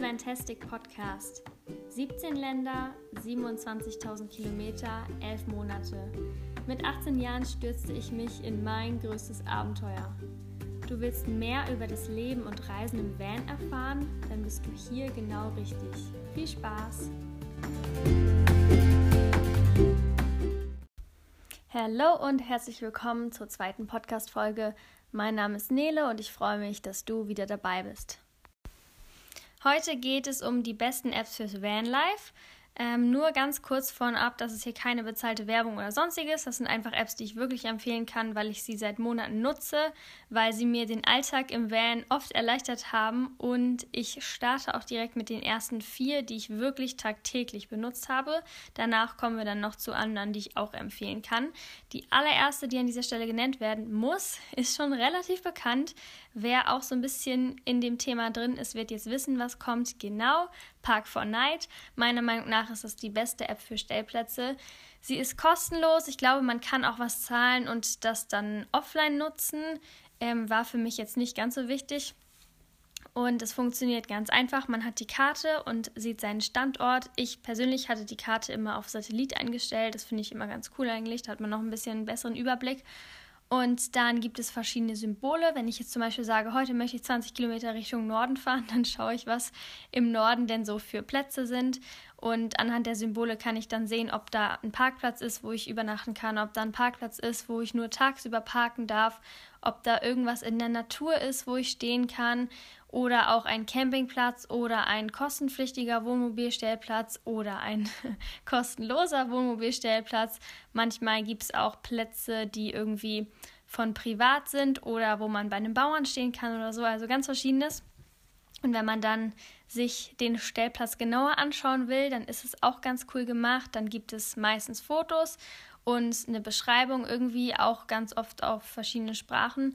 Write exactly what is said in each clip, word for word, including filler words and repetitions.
Fantastic Podcast. siebzehn Länder, siebenundzwanzigtausend Kilometer, elf Monate. Mit achtzehn Jahren stürzte ich mich in mein größtes Abenteuer. Du willst mehr über das Leben und Reisen im Van erfahren? Dann bist du hier genau richtig. Viel Spaß! Hallo und herzlich willkommen zur zweiten Podcast-Folge. Mein Name ist Nele und ich freue mich, dass du wieder dabei bist. Heute geht es um die besten Apps fürs Vanlife. Ähm, nur ganz kurz vorab, dass es hier keine bezahlte Werbung oder sonstiges. Das sind einfach Apps, die ich wirklich empfehlen kann, weil ich sie seit Monaten nutze, weil sie mir den Alltag im Van oft erleichtert haben und ich starte auch direkt mit den ersten vier, die ich wirklich tagtäglich benutzt habe. Danach kommen wir dann noch zu anderen, die ich auch empfehlen kann. Die allererste, die an dieser Stelle genannt werden muss, ist schon relativ bekannt. Wer auch so ein bisschen in dem Thema drin ist, wird jetzt wissen, was kommt. Genau, Park four Night. Meiner Meinung nach ist das die beste App für Stellplätze. Sie ist kostenlos. Ich glaube, man kann auch was zahlen und das dann offline nutzen. Ähm, war für mich jetzt nicht ganz so wichtig. Und es funktioniert ganz einfach. Man hat die Karte und sieht seinen Standort. Ich persönlich hatte die Karte immer auf Satellit eingestellt. Das finde ich immer ganz cool eigentlich. Da hat man noch ein bisschen einen besseren Überblick. Und dann gibt es verschiedene Symbole. Wenn ich jetzt zum Beispiel sage, heute möchte ich zwanzig Kilometer Richtung Norden fahren, dann schaue ich, was im Norden denn so für Plätze sind. Und anhand der Symbole kann ich dann sehen, ob da ein Parkplatz ist, wo ich übernachten kann, ob da ein Parkplatz ist, wo ich nur tagsüber parken darf, ob da irgendwas in der Natur ist, wo ich stehen kann, oder auch ein Campingplatz oder ein kostenpflichtiger Wohnmobilstellplatz oder ein kostenloser Wohnmobilstellplatz. Manchmal gibt es auch Plätze, die irgendwie von privat sind oder wo man bei einem Bauern stehen kann oder so, also ganz Verschiedenes. Und wenn man dann sich den Stellplatz genauer anschauen will, dann ist es auch ganz cool gemacht. Dann gibt es meistens Fotos und eine Beschreibung irgendwie, auch ganz oft auf verschiedene Sprachen.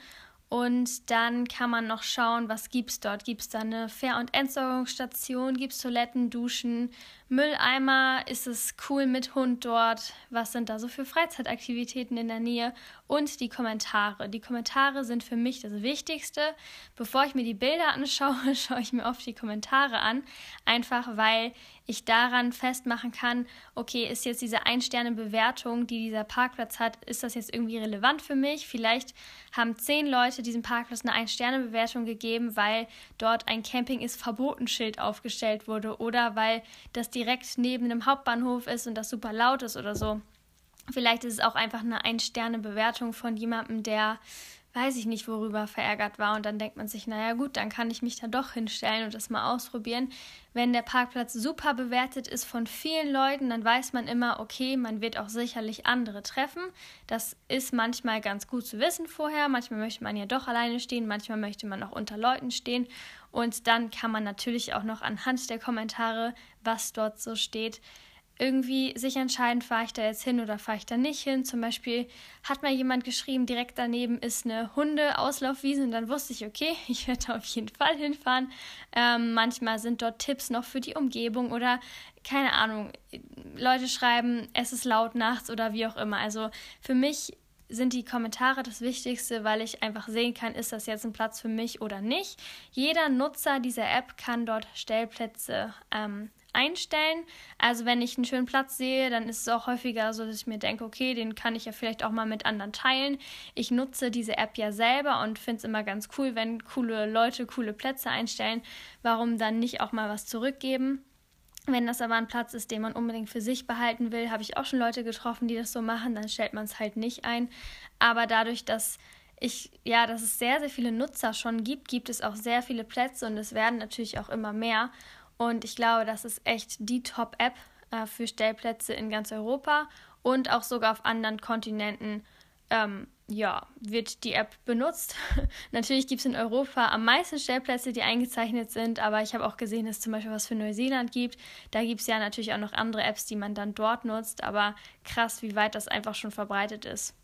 Und dann kann man noch schauen, was gibt es dort. Gibt es da eine Fähr- und Entsorgungsstation? Gibt es Toiletten, Duschen, Mülleimer? Ist es cool mit Hund dort? Was sind da so für Freizeitaktivitäten in der Nähe? Und die Kommentare. Die Kommentare sind für mich das Wichtigste. Bevor ich mir die Bilder anschaue, schaue ich mir oft die Kommentare an. Einfach weil ich daran festmachen kann, okay, ist jetzt diese Ein-Sterne-Bewertung, die dieser Parkplatz hat, ist das jetzt irgendwie relevant für mich? Vielleicht haben zehn Leute diesem Parkplatz eine Ein-Sterne-Bewertung gegeben, weil dort ein Camping ist Verboten-Schild aufgestellt wurde oder weil das direkt neben einem Hauptbahnhof ist und das super laut ist oder so. Vielleicht ist es auch einfach eine Ein-Sterne-Bewertung von jemandem, der weiß ich nicht, worüber verärgert war. Und dann denkt man sich, naja gut, dann kann ich mich da doch hinstellen und das mal ausprobieren. Wenn der Parkplatz super bewertet ist von vielen Leuten, dann weiß man immer, okay, man wird auch sicherlich andere treffen. Das ist manchmal ganz gut zu wissen vorher. Manchmal möchte man ja doch alleine stehen, manchmal möchte man auch unter Leuten stehen. Und dann kann man natürlich auch noch anhand der Kommentare, was dort so steht, irgendwie sich entscheiden, fahre ich da jetzt hin oder fahre ich da nicht hin. Zum Beispiel hat mal jemand geschrieben, direkt daneben ist eine Hunde-Auslaufwiese und dann wusste ich, okay, ich werde da auf jeden Fall hinfahren. Ähm, manchmal sind dort Tipps noch für die Umgebung oder keine Ahnung, Leute schreiben, es ist laut nachts oder wie auch immer. Also für mich sind die Kommentare das Wichtigste, weil ich einfach sehen kann, ist das jetzt ein Platz für mich oder nicht. Jeder Nutzer dieser App kann dort Stellplätze ähm, einstellen. Also wenn ich einen schönen Platz sehe, dann ist es auch häufiger so, dass ich mir denke, okay, den kann ich ja vielleicht auch mal mit anderen teilen. Ich nutze diese App ja selber und finde es immer ganz cool, wenn coole Leute coole Plätze einstellen. Warum dann nicht auch mal was zurückgeben? Wenn das aber ein Platz ist, den man unbedingt für sich behalten will, habe ich auch schon Leute getroffen, die das so machen, dann stellt man es halt nicht ein. Aber dadurch, dass ich, ja, dass es sehr, sehr viele Nutzer schon gibt, gibt es auch sehr viele Plätze und es werden natürlich auch immer mehr. Und ich glaube, das ist echt die Top-App äh, für Stellplätze in ganz Europa und auch sogar auf anderen Kontinenten. Ähm, ja, wird die App benutzt. Natürlich gibt es in Europa am meisten Stellplätze, die eingezeichnet sind, aber ich habe auch gesehen, dass es zum Beispiel was für Neuseeland gibt. Da gibt es ja natürlich auch noch andere Apps, die man dann dort nutzt, aber krass, wie weit das einfach schon verbreitet ist.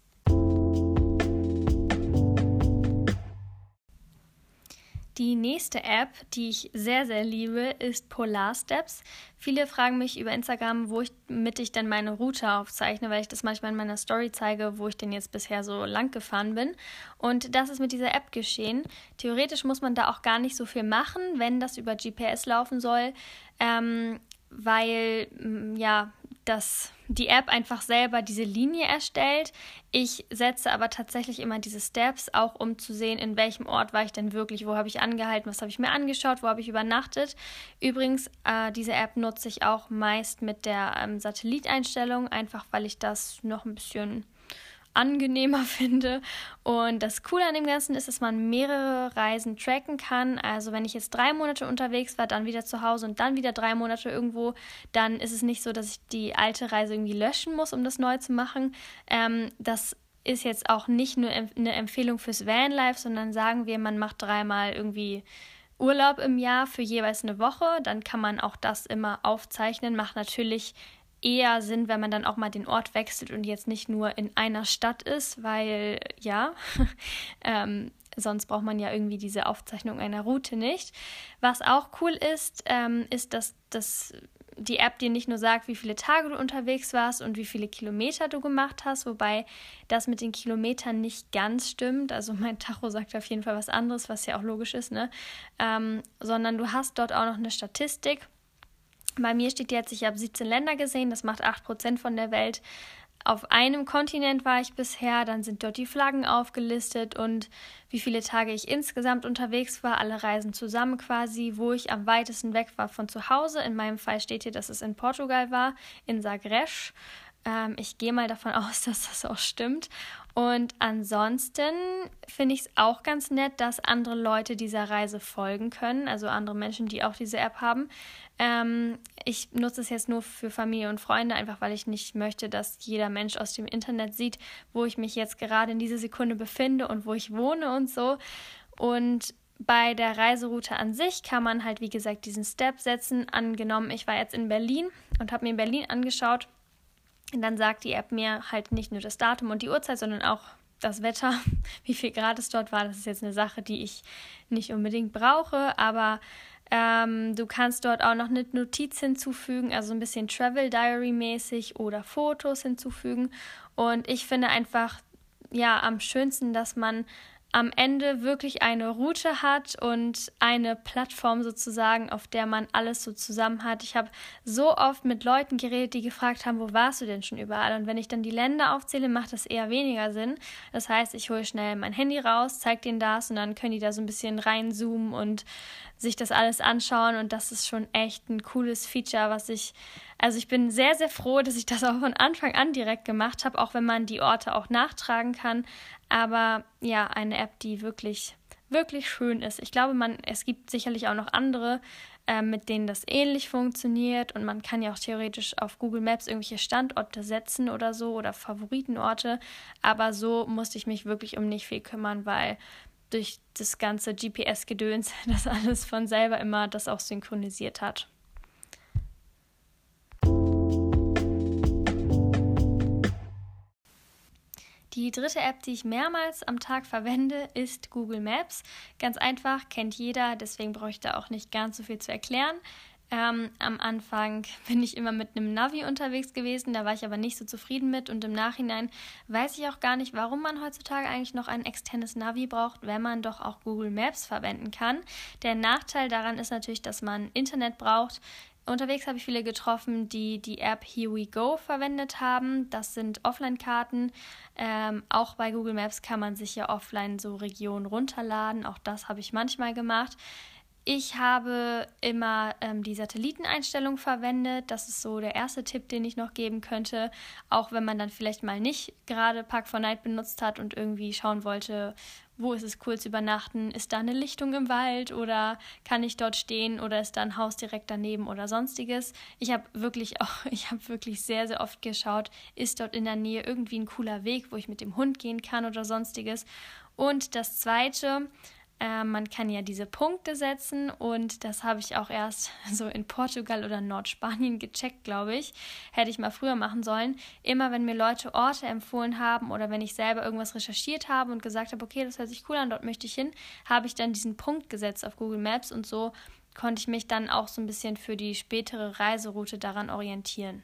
Die nächste App, die ich sehr, sehr liebe, ist Polar Steps. Viele fragen mich über Instagram, wo ich mit ich denn meine Route aufzeichne, weil ich das manchmal in meiner Story zeige, wo ich denn jetzt bisher so lang gefahren bin. Und das ist mit dieser App geschehen. Theoretisch muss man da auch gar nicht so viel machen, wenn das über G P S laufen soll, ähm, weil ja dass die App einfach selber diese Linie erstellt. Ich setze aber tatsächlich immer diese Steps, auch um zu sehen, in welchem Ort war ich denn wirklich, wo habe ich angehalten, was habe ich mir angeschaut, wo habe ich übernachtet. Übrigens, äh, diese App nutze ich auch meist mit der ähm, Satelliteinstellung, einfach weil ich das noch ein bisschen angenehmer finde. Und das Coole an dem Ganzen ist, dass man mehrere Reisen tracken kann. Also wenn ich jetzt drei Monate unterwegs war, dann wieder zu Hause und dann wieder drei Monate irgendwo, dann ist es nicht so, dass ich die alte Reise irgendwie löschen muss, um das neu zu machen. Ähm, das ist jetzt auch nicht nur eine Empfehlung fürs Vanlife, sondern sagen wir, man macht dreimal irgendwie Urlaub im Jahr für jeweils eine Woche. Dann kann man auch das immer aufzeichnen. Macht natürlich eher Sinn, wenn man dann auch mal den Ort wechselt und jetzt nicht nur in einer Stadt ist, weil ja, ähm, sonst braucht man ja irgendwie diese Aufzeichnung einer Route nicht. Was auch cool ist, ähm, ist, dass das die App dir nicht nur sagt, wie viele Tage du unterwegs warst und wie viele Kilometer du gemacht hast, wobei das mit den Kilometern nicht ganz stimmt. Also mein Tacho sagt auf jeden Fall was anderes, was ja auch logisch ist, ne? Ähm, sondern du hast dort auch noch eine Statistik. Bei mir steht jetzt, ich habe siebzehn Länder gesehen, das macht acht Prozent von der Welt. Auf einem Kontinent war ich bisher, dann sind dort die Flaggen aufgelistet und wie viele Tage ich insgesamt unterwegs war, alle Reisen zusammen quasi, wo ich am weitesten weg war von zu Hause. In meinem Fall steht hier, dass es in Portugal war, in Zagreb. Ähm, ich gehe mal davon aus, dass das auch stimmt. Und ansonsten finde ich es auch ganz nett, dass andere Leute dieser Reise folgen können, also andere Menschen, die auch diese App haben. Ähm, ich nutze es jetzt nur für Familie und Freunde, einfach weil ich nicht möchte, dass jeder Mensch aus dem Internet sieht, wo ich mich jetzt gerade in dieser Sekunde befinde und wo ich wohne und so. Und bei der Reiseroute an sich kann man halt, wie gesagt, diesen Step setzen. Angenommen, ich war jetzt in Berlin und habe mir Berlin angeschaut. Und dann sagt die App mir halt nicht nur das Datum und die Uhrzeit, sondern auch das Wetter, wie viel Grad es dort war. Das ist jetzt eine Sache, die ich nicht unbedingt brauche, aber ähm, du kannst dort auch noch eine Notiz hinzufügen, also ein bisschen Travel Diary mäßig oder Fotos hinzufügen. Und ich finde einfach, ja, am schönsten, dass man am Ende wirklich eine Route hat und eine Plattform sozusagen, auf der man alles so zusammen hat. Ich habe so oft mit Leuten geredet, die gefragt haben, wo warst du denn schon überall? Und wenn ich dann die Länder aufzähle, macht das eher weniger Sinn. Das heißt, ich hole schnell mein Handy raus, zeige denen das und dann können die da so ein bisschen reinzoomen und sich das alles anschauen. Und das ist schon echt ein cooles Feature, was ich, also ich bin sehr, sehr froh, dass ich das auch von Anfang an direkt gemacht habe, auch wenn man die Orte auch nachtragen kann. Aber ja, eine App, die wirklich, wirklich schön ist. Ich glaube, man, es gibt sicherlich auch noch andere, äh, mit denen das ähnlich funktioniert. Und man kann ja auch theoretisch auf Google Maps irgendwelche Standorte setzen oder so oder Favoritenorte. Aber so musste ich mich wirklich um nicht viel kümmern, weil durch das ganze G P S-Gedöns das alles von selber immer das auch synchronisiert hat. Die dritte App, die ich mehrmals am Tag verwende, ist Google Maps. Ganz einfach, kennt jeder, deswegen brauche ich da auch nicht ganz so viel zu erklären. Ähm, am Anfang bin ich immer mit einem Navi unterwegs gewesen, da war ich aber nicht so zufrieden mit und im Nachhinein weiß ich auch gar nicht, warum man heutzutage eigentlich noch ein externes Navi braucht, wenn man doch auch Google Maps verwenden kann. Der Nachteil daran ist natürlich, dass man Internet braucht. Unterwegs habe ich viele getroffen, die die App Here We Go verwendet haben. Das sind Offline-Karten. Ähm, auch bei Google Maps kann man sich ja offline so Regionen runterladen. Auch das habe ich manchmal gemacht. Ich habe immer ähm, die Satelliteneinstellung verwendet. Das ist so der erste Tipp, den ich noch geben könnte. Auch wenn man dann vielleicht mal nicht gerade Park four Night benutzt hat und irgendwie schauen wollte, wo ist es cool zu übernachten? Ist da eine Lichtung im Wald oder kann ich dort stehen oder ist da ein Haus direkt daneben oder sonstiges? Ich habe wirklich auch, ich habe wirklich sehr, sehr oft geschaut, ist dort in der Nähe irgendwie ein cooler Weg, wo ich mit dem Hund gehen kann oder sonstiges. Und das Zweite, Äh, man kann ja diese Punkte setzen und das habe ich auch erst so in Portugal oder Nordspanien gecheckt, glaube ich. Hätte ich mal früher machen sollen. Immer wenn mir Leute Orte empfohlen haben oder wenn ich selber irgendwas recherchiert habe und gesagt habe, okay, das hört sich cool an, dort möchte ich hin, habe ich dann diesen Punkt gesetzt auf Google Maps und so konnte ich mich dann auch so ein bisschen für die spätere Reiseroute daran orientieren.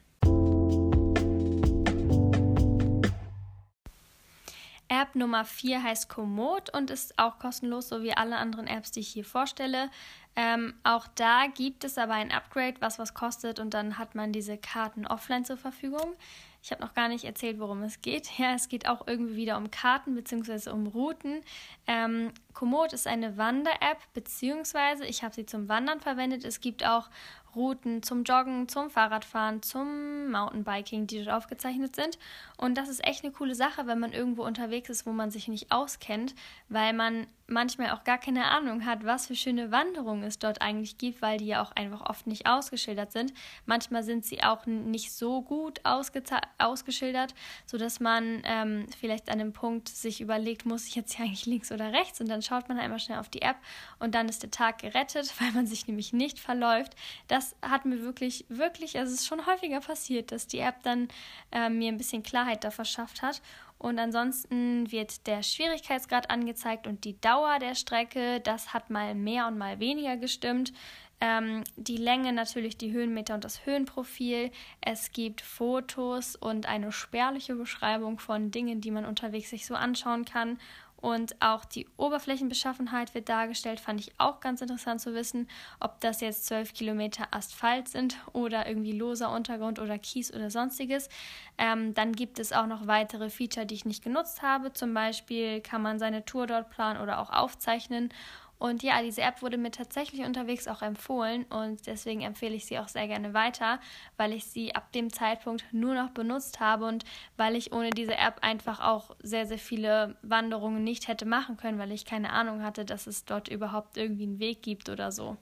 App Nummer vier heißt Komoot und ist auch kostenlos, so wie alle anderen Apps, die ich hier vorstelle. Ähm, auch da gibt es aber ein Upgrade, was was kostet und dann hat man diese Karten offline zur Verfügung. Ich habe noch gar nicht erzählt, worum es geht. Ja, es geht auch irgendwie wieder um Karten bzw. um Routen. Ähm, Komoot ist eine Wander-App, beziehungsweise ich habe sie zum Wandern verwendet. Es gibt auch Routen zum Joggen, zum Fahrradfahren, zum Mountainbiking, die dort aufgezeichnet sind. Und das ist echt eine coole Sache, wenn man irgendwo unterwegs ist, wo man sich nicht auskennt, weil man manchmal auch gar keine Ahnung hat, was für schöne Wanderungen es dort eigentlich gibt, weil die ja auch einfach oft nicht ausgeschildert sind. Manchmal sind sie auch nicht so gut ausgeze- ausgeschildert, sodass man ähm, vielleicht an einem Punkt sich überlegt, muss ich jetzt hier eigentlich links oder rechts? Und dann schaut man einmal schnell auf die App und dann ist der Tag gerettet, weil man sich nämlich nicht verläuft. Das hat mir wirklich, wirklich, also es ist schon häufiger passiert, dass die App dann äh, mir ein bisschen Klarheit da verschafft hat. Und ansonsten wird der Schwierigkeitsgrad angezeigt und die Dauer der Strecke, das hat mal mehr und mal weniger gestimmt. Ähm, die Länge natürlich, die Höhenmeter und das Höhenprofil. Es gibt Fotos und eine spärliche Beschreibung von Dingen, die man unterwegs sich so anschauen kann. Und auch die Oberflächenbeschaffenheit wird dargestellt, fand ich auch ganz interessant zu wissen, ob das jetzt zwölf Kilometer Asphalt sind oder irgendwie loser Untergrund oder Kies oder sonstiges. Ähm, dann gibt es auch noch weitere Feature, die ich nicht genutzt habe. Zum Beispiel kann man seine Tour dort planen oder auch aufzeichnen. Und ja, diese App wurde mir tatsächlich unterwegs auch empfohlen und deswegen empfehle ich sie auch sehr gerne weiter, weil ich sie ab dem Zeitpunkt nur noch benutzt habe und weil ich ohne diese App einfach auch sehr, sehr viele Wanderungen nicht hätte machen können, weil ich keine Ahnung hatte, dass es dort überhaupt irgendwie einen Weg gibt oder so.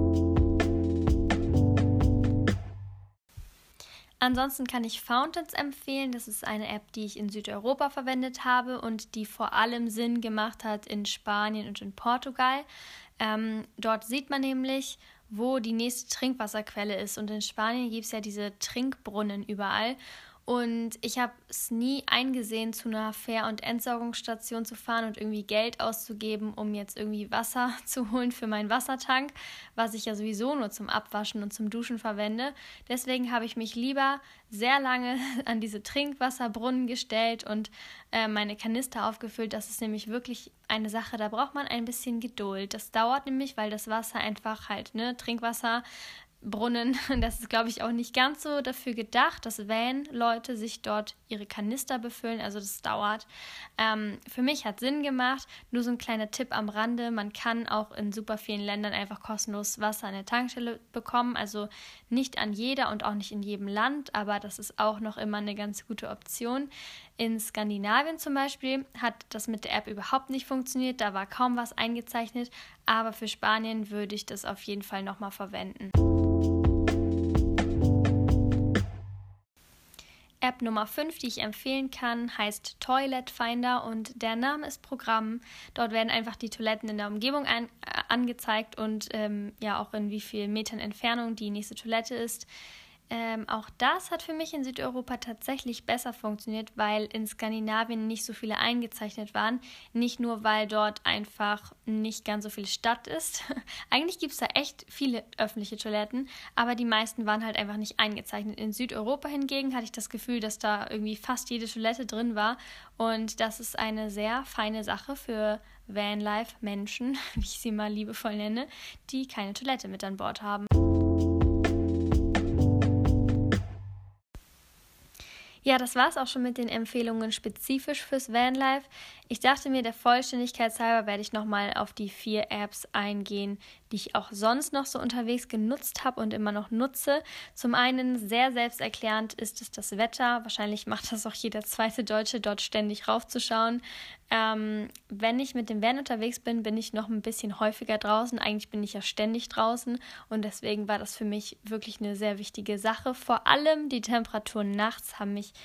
Ansonsten kann ich Fountains empfehlen. Das ist eine App, die ich in Südeuropa verwendet habe und die vor allem Sinn gemacht hat in Spanien und in Portugal. Ähm, dort sieht man nämlich, wo die nächste Trinkwasserquelle ist. Und in Spanien gibt es ja diese Trinkbrunnen überall. Und ich habe es nie eingesehen, zu einer Fähr- und Entsorgungsstation zu fahren und irgendwie Geld auszugeben, um jetzt irgendwie Wasser zu holen für meinen Wassertank, was ich ja sowieso nur zum Abwaschen und zum Duschen verwende. Deswegen habe ich mich lieber sehr lange an diese Trinkwasserbrunnen gestellt und äh, meine Kanister aufgefüllt. Das ist nämlich wirklich eine Sache, da braucht man ein bisschen Geduld. Das dauert nämlich, weil das Wasser einfach halt, ne, Trinkwasser, Brunnen, das ist, glaube ich, auch nicht ganz so dafür gedacht, dass Van-Leute sich dort ihre Kanister befüllen, also das dauert. Ähm, für mich hat Sinn gemacht, nur so ein kleiner Tipp am Rande, man kann auch in super vielen Ländern einfach kostenlos Wasser an der Tankstelle bekommen, also nicht an jeder und auch nicht in jedem Land, aber das ist auch noch immer eine ganz gute Option. In Skandinavien zum Beispiel hat das mit der App überhaupt nicht funktioniert, da war kaum was eingezeichnet, aber für Spanien würde ich das auf jeden Fall nochmal verwenden. App Nummer fünf, die ich empfehlen kann, heißt Toilet Finder und der Name ist Programm. Dort werden einfach die Toiletten in der Umgebung ein, äh, angezeigt und ähm, ja auch in wie vielen Metern Entfernung die nächste Toilette ist. Ähm, auch das hat für mich in Südeuropa tatsächlich besser funktioniert, weil in Skandinavien nicht so viele eingezeichnet waren. Nicht nur, weil dort einfach nicht ganz so viel Stadt ist. Eigentlich gibt es da echt viele öffentliche Toiletten, aber die meisten waren halt einfach nicht eingezeichnet. In Südeuropa hingegen hatte ich das Gefühl, dass da irgendwie fast jede Toilette drin war. Und das ist eine sehr feine Sache für Vanlife-Menschen, wie ich sie mal liebevoll nenne, die keine Toilette mit an Bord haben. Ja, das war es auch schon mit den Empfehlungen spezifisch fürs Vanlife. Ich dachte mir, der Vollständigkeit halber werde ich nochmal auf die vier Apps eingehen, die ich auch sonst noch so unterwegs genutzt habe und immer noch nutze. Zum einen, sehr selbsterklärend ist es das Wetter. Wahrscheinlich macht das auch jeder zweite Deutsche, dort ständig raufzuschauen. Ähm, wenn ich mit dem Van unterwegs bin, bin ich noch ein bisschen häufiger draußen. Eigentlich bin ich ja ständig draußen und deswegen war das für mich wirklich eine sehr wichtige Sache. Vor allem die Temperaturen nachts haben mich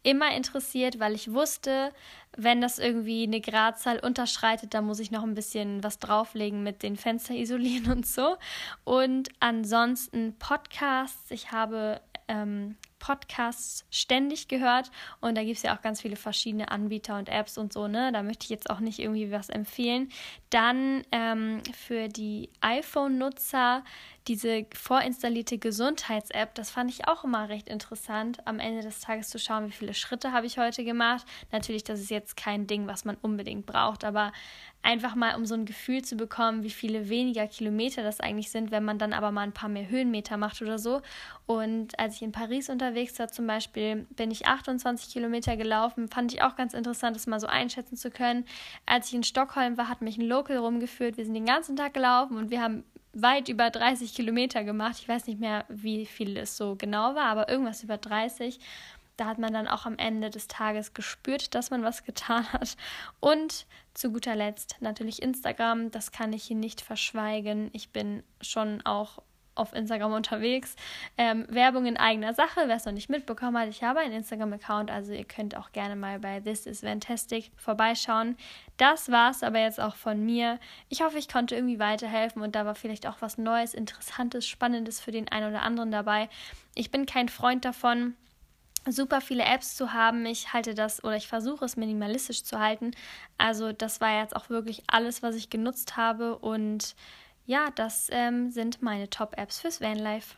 immer interessiert, weil ich wusste, wenn das irgendwie eine Gradzahl unterschreitet, dann muss ich noch ein bisschen was drauflegen mit den Fenster isolieren und so. Und ansonsten Podcasts. Ich habe ähm, Podcasts ständig gehört und da gibt es ja auch ganz viele verschiedene Anbieter und Apps und so, ne? Da möchte ich jetzt auch nicht irgendwie was empfehlen. Dann ähm, für die iPhone-Nutzer diese vorinstallierte Gesundheits-App, das fand ich auch immer recht interessant, am Ende des Tages zu schauen, wie viele Schritte habe ich heute gemacht. Natürlich, das ist jetzt kein Ding, was man unbedingt braucht, aber einfach mal, um so ein Gefühl zu bekommen, wie viele weniger Kilometer das eigentlich sind, wenn man dann aber mal ein paar mehr Höhenmeter macht oder so. Und als ich in Paris unterwegs war zum Beispiel, bin ich achtundzwanzig Kilometer gelaufen, fand ich auch ganz interessant, das mal so einschätzen zu können. Als ich in Stockholm war, hat mich ein Local rumgeführt, wir sind den ganzen Tag gelaufen und wir haben weit über dreißig Kilometer gemacht. Ich weiß nicht mehr, wie viel es so genau war, aber irgendwas über dreißig. Da hat man dann auch am Ende des Tages gespürt, dass man was getan hat. Und zu guter Letzt natürlich Instagram. Das kann ich hier nicht verschweigen. Ich bin schon auch auf Instagram unterwegs. Ähm, Werbung in eigener Sache, wer es noch nicht mitbekommen hat, ich habe einen Instagram-Account, also ihr könnt auch gerne mal bei This is Fantastic vorbeischauen. Das war's aber jetzt auch von mir. Ich hoffe, ich konnte irgendwie weiterhelfen und da war vielleicht auch was Neues, Interessantes, Spannendes für den einen oder anderen dabei. Ich bin kein Freund davon, super viele Apps zu haben. Ich halte das oder ich versuche es minimalistisch zu halten. Also das war jetzt auch wirklich alles, was ich genutzt habe und ja, das ähm, sind meine Top-Apps fürs Vanlife.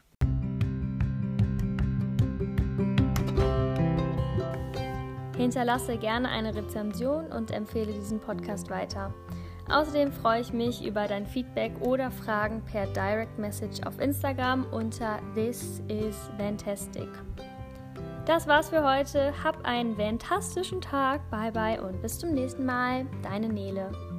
Hinterlasse gerne eine Rezension und empfehle diesen Podcast weiter. Außerdem freue ich mich über dein Feedback oder Fragen per Direct Message auf Instagram unter This is Fantastic. Das war's für heute. Hab einen fantastischen Tag. Bye bye und bis zum nächsten Mal. Deine Nele.